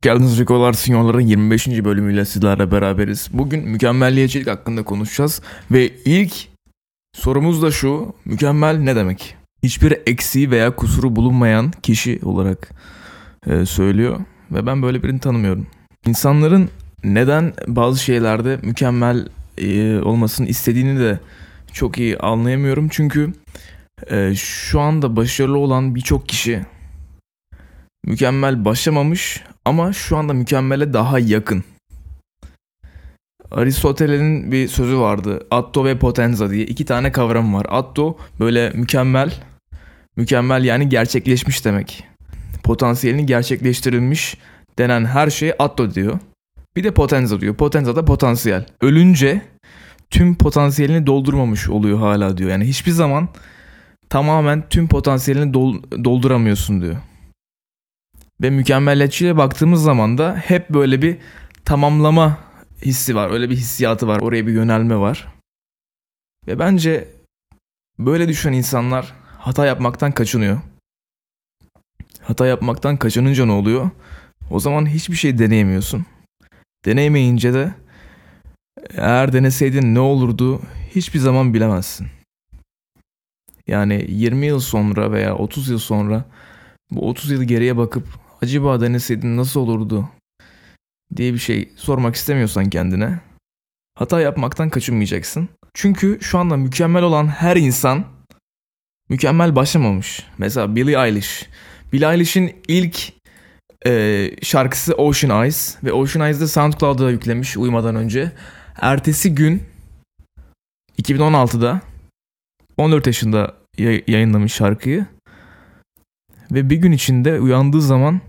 Geldiniz Ricolar Sinyorların 25. bölümüyle sizlerle beraberiz. Bugün mükemmelliyetçilik hakkında konuşacağız. Ve ilk sorumuz da şu: mükemmel ne demek? Hiçbir eksiği veya kusuru bulunmayan kişi olarak söylüyor. Ve ben böyle birini tanımıyorum. İnsanların neden bazı şeylerde mükemmel olmasını istediğini de çok iyi anlayamıyorum. Çünkü şu anda başarılı olan birçok kişi mükemmel başlamamış ama şu anda mükemmele daha yakın. Aristoteles'in bir sözü vardı. Atto ve potenza diye iki tane kavram var. Atto böyle mükemmel. Mükemmel yani gerçekleşmiş demek. Potansiyelini gerçekleştirilmiş denen her şeye atto diyor. Bir de potenza diyor. Potenza da potansiyel. Ölünce tüm potansiyelini doldurmamış oluyor hala diyor. Yani hiçbir zaman tamamen tüm potansiyelini dolduramıyorsun diyor. Ve mükemmeliyetçiliğe baktığımız zaman da hep böyle bir tamamlama hissi var. Öyle bir hissiyatı var. Oraya bir yönelme var. Ve bence böyle düşünen insanlar hata yapmaktan kaçınıyor. Hata yapmaktan kaçınınca ne oluyor? O zaman hiçbir şey deneyemiyorsun. Deneyemeyince de eğer deneseydin ne olurdu hiçbir zaman bilemezsin. Yani 20 yıl sonra veya 30 yıl sonra bu 30 yıl geriye bakıp acaba deneseydin nasıl olurdu diye bir şey sormak istemiyorsan kendine, hata yapmaktan kaçınmayacaksın. Çünkü şu anda mükemmel olan her insan mükemmel başlamamış. Mesela Billie Eilish. Billie Eilish'in ilk şarkısı Ocean Eyes ve Ocean Eyes'de SoundCloud'a yüklemiş uyumadan önce. Ertesi gün 2016'da 14 yaşında yayınlamış şarkıyı ve bir gün içinde uyandığı zaman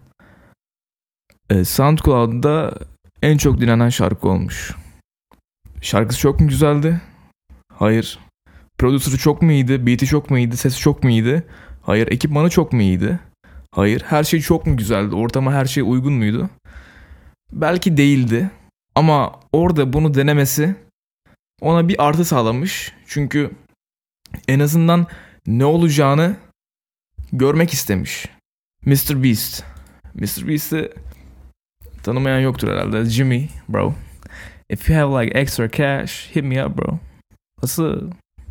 SoundCloud'da en çok dinlenen şarkı olmuş. Şarkısı çok mu güzeldi? Hayır. Prodüsörü çok mu iyiydi? Beat'i çok mu iyiydi? Sesi çok mu iyiydi? Hayır. Ekipmanı çok mu iyiydi? Hayır. Her şey çok mu güzeldi? Ortama her şey uygun muydu? Belki değildi. Ama orada bunu denemesi ona bir artı sağlamış. Çünkü en azından ne olacağını görmek istemiş. Mr. Beast. Mr. Beast'i tanımayan yoktur herhalde. Jimmy, bro. If you have like extra cash, hit me up, bro. Nasıl?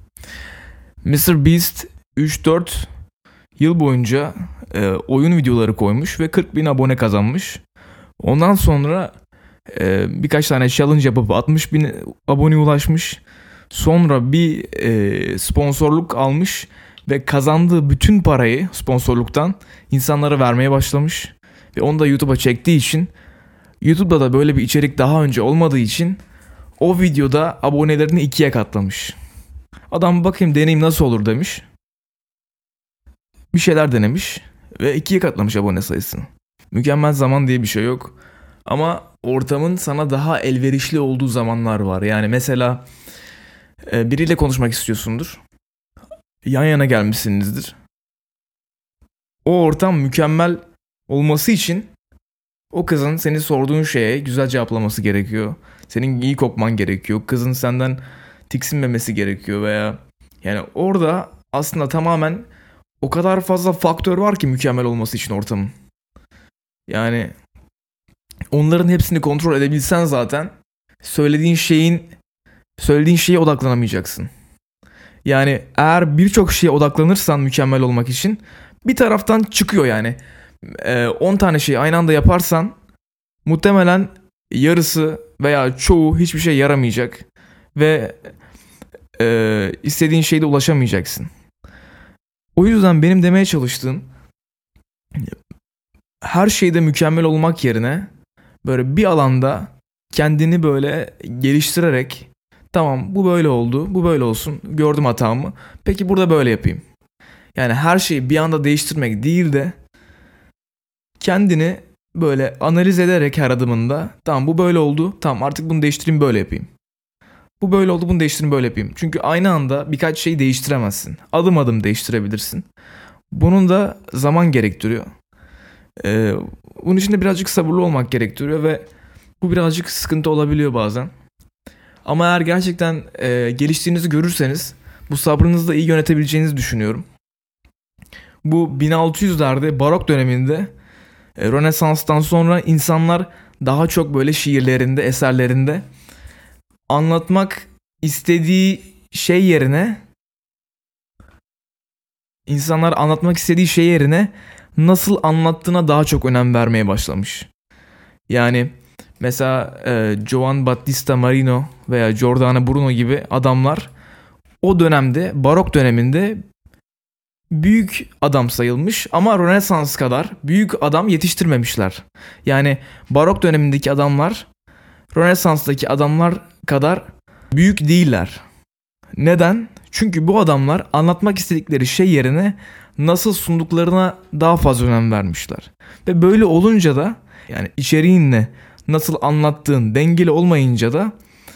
Mr. Beast 3-4 yıl boyunca oyun videoları koymuş ve 40.000 abone kazanmış. Ondan sonra birkaç tane challenge yapıp 60.000 aboneye ulaşmış. Sonra bir sponsorluk almış ve kazandığı bütün parayı sponsorluktan insanlara vermeye başlamış. Ve onu da YouTube'a çektiği için, YouTube'da da böyle bir içerik daha önce olmadığı için o videoda abonelerini 2'ye katlamış. Adam bakayım deneyim nasıl olur demiş. Bir şeyler denemiş ve 2'ye katlamış abone sayısını. Mükemmel zaman diye bir şey yok. Ama ortamın sana daha elverişli olduğu zamanlar var. Yani mesela biriyle konuşmak istiyorsundur. Yan yana gelmişsinizdir. O ortam mükemmel olması için o kızın seni sorduğun şeye güzel cevaplaması gerekiyor. Senin iyi kokman gerekiyor. Kızın senden tiksinmemesi gerekiyor veya yani orada aslında tamamen o kadar fazla faktör var ki mükemmel olması için ortamın. Yani onların hepsini kontrol edebilsen zaten söylediğin şeye odaklanamayacaksın. Yani eğer birçok şeye odaklanırsan mükemmel olmak için bir taraftan çıkıyor yani. 10 tane şeyi aynı anda yaparsan muhtemelen yarısı veya çoğu hiçbir şey yaramayacak ve istediğin şeyde ulaşamayacaksın. O yüzden benim demeye çalıştığım her şeyde mükemmel olmak yerine böyle bir alanda kendini böyle geliştirerek tamam bu böyle oldu, bu böyle olsun, gördüm hatamı, peki burada böyle yapayım. Yani her şeyi bir anda değiştirmek değil de kendini böyle analiz ederek her adımında tamam bu böyle oldu, tamam artık bunu değiştireyim böyle yapayım. Bu böyle oldu bunu değiştireyim böyle yapayım. Çünkü aynı anda birkaç şeyi değiştiremezsin. Adım adım değiştirebilirsin. Bunun da zaman gerektiriyor. Bunun için de birazcık sabırlı olmak gerektiriyor ve bu birazcık sıkıntı olabiliyor bazen. Ama eğer gerçekten geliştiğinizi görürseniz bu sabrınızı da iyi yönetebileceğinizi düşünüyorum. Bu 1600'lerde barok döneminde Rönesans'tan sonra insanlar daha çok böyle şiirlerinde, eserlerinde anlatmak istediği şey yerine nasıl anlattığına daha çok önem vermeye başlamış. Yani mesela Giovan Battista Marino veya Giordano Bruno gibi adamlar o dönemde, barok döneminde büyük adam sayılmış ama Rönesans kadar büyük adam yetiştirmemişler. Yani barok dönemindeki adamlar Rönesans'taki adamlar kadar büyük değiller. Neden? Çünkü bu adamlar anlatmak istedikleri şey yerine nasıl sunduklarına daha fazla önem vermişler. Ve böyle olunca da yani içeriğinle nasıl anlattığın dengeli olmayınca da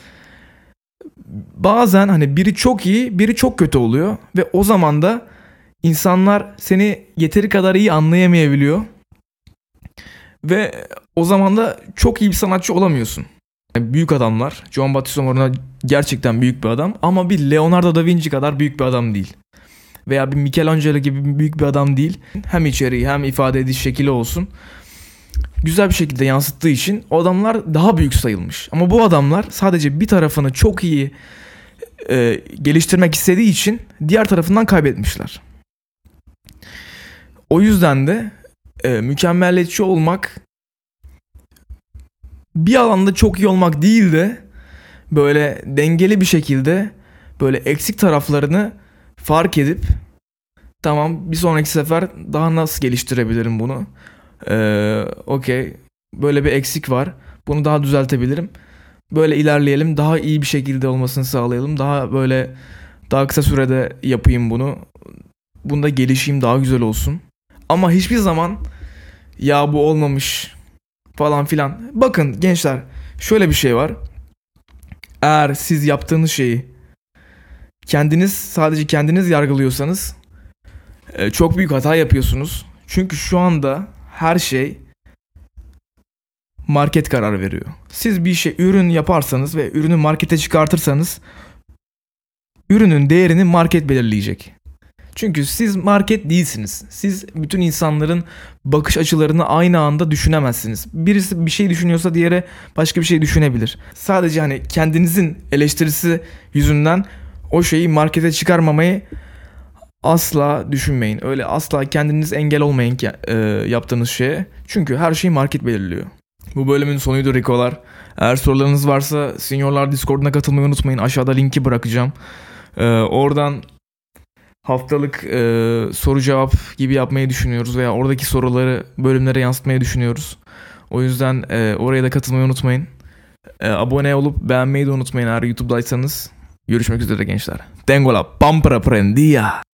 bazen hani biri çok iyi, biri çok kötü oluyor ve o zaman da insanlar seni yeteri kadar iyi anlayamayabiliyor. Ve o zaman da çok iyi bir sanatçı olamıyorsun. Yani büyük adamlar, Giovan Battista Marino gerçekten büyük bir adam ama bir Leonardo da Vinci kadar büyük bir adam değil. Veya bir Michelangelo gibi büyük bir adam değil. Hem içeriği hem ifade ediş şekli olsun güzel bir şekilde yansıttığı için o adamlar daha büyük sayılmış. Ama bu adamlar sadece bir tarafını çok iyi geliştirmek istediği için diğer tarafından kaybetmişler. O yüzden de mükemmeliyetçi olmak bir alanda çok iyi olmak değil de böyle dengeli bir şekilde böyle eksik taraflarını fark edip tamam bir sonraki sefer daha nasıl geliştirebilirim bunu? Okey, böyle bir eksik var. Bunu daha düzeltebilirim. Böyle ilerleyelim. Daha iyi bir şekilde olmasını sağlayalım. Daha kısa sürede yapayım bunu. Bunda gelişeyim, daha güzel olsun. Ama hiçbir zaman ya bu olmamış falan filan. Bakın gençler, şöyle bir şey var. Eğer siz yaptığınız şeyi sadece kendiniz yargılıyorsanız çok büyük hata yapıyorsunuz. Çünkü şu anda her şey market karar veriyor. Siz bir ürün yaparsanız ve ürünü markete çıkartırsanız ürünün değerini market belirleyecek. Çünkü siz market değilsiniz. Siz bütün insanların bakış açılarını aynı anda düşünemezsiniz. Birisi bir şey düşünüyorsa diğeri başka bir şey düşünebilir. Sadece hani kendinizin eleştirisi yüzünden o şeyi markete çıkarmamayı asla düşünmeyin. Öyle asla kendiniz engel olmayın yaptığınız şeye. Çünkü her şeyi market belirliyor. Bu bölümün sonuydu Rikolar. Eğer sorularınız varsa Seniorlar Discord'una katılmayı unutmayın. Aşağıda linki bırakacağım. Oradan haftalık soru cevap gibi yapmayı düşünüyoruz veya oradaki soruları bölümlere yansıtmayı düşünüyoruz. O yüzden oraya da katılmayı unutmayın. Abone olup beğenmeyi de unutmayın eğer YouTube'daysanız. Görüşmek üzere gençler. Tengo la pampara prendida.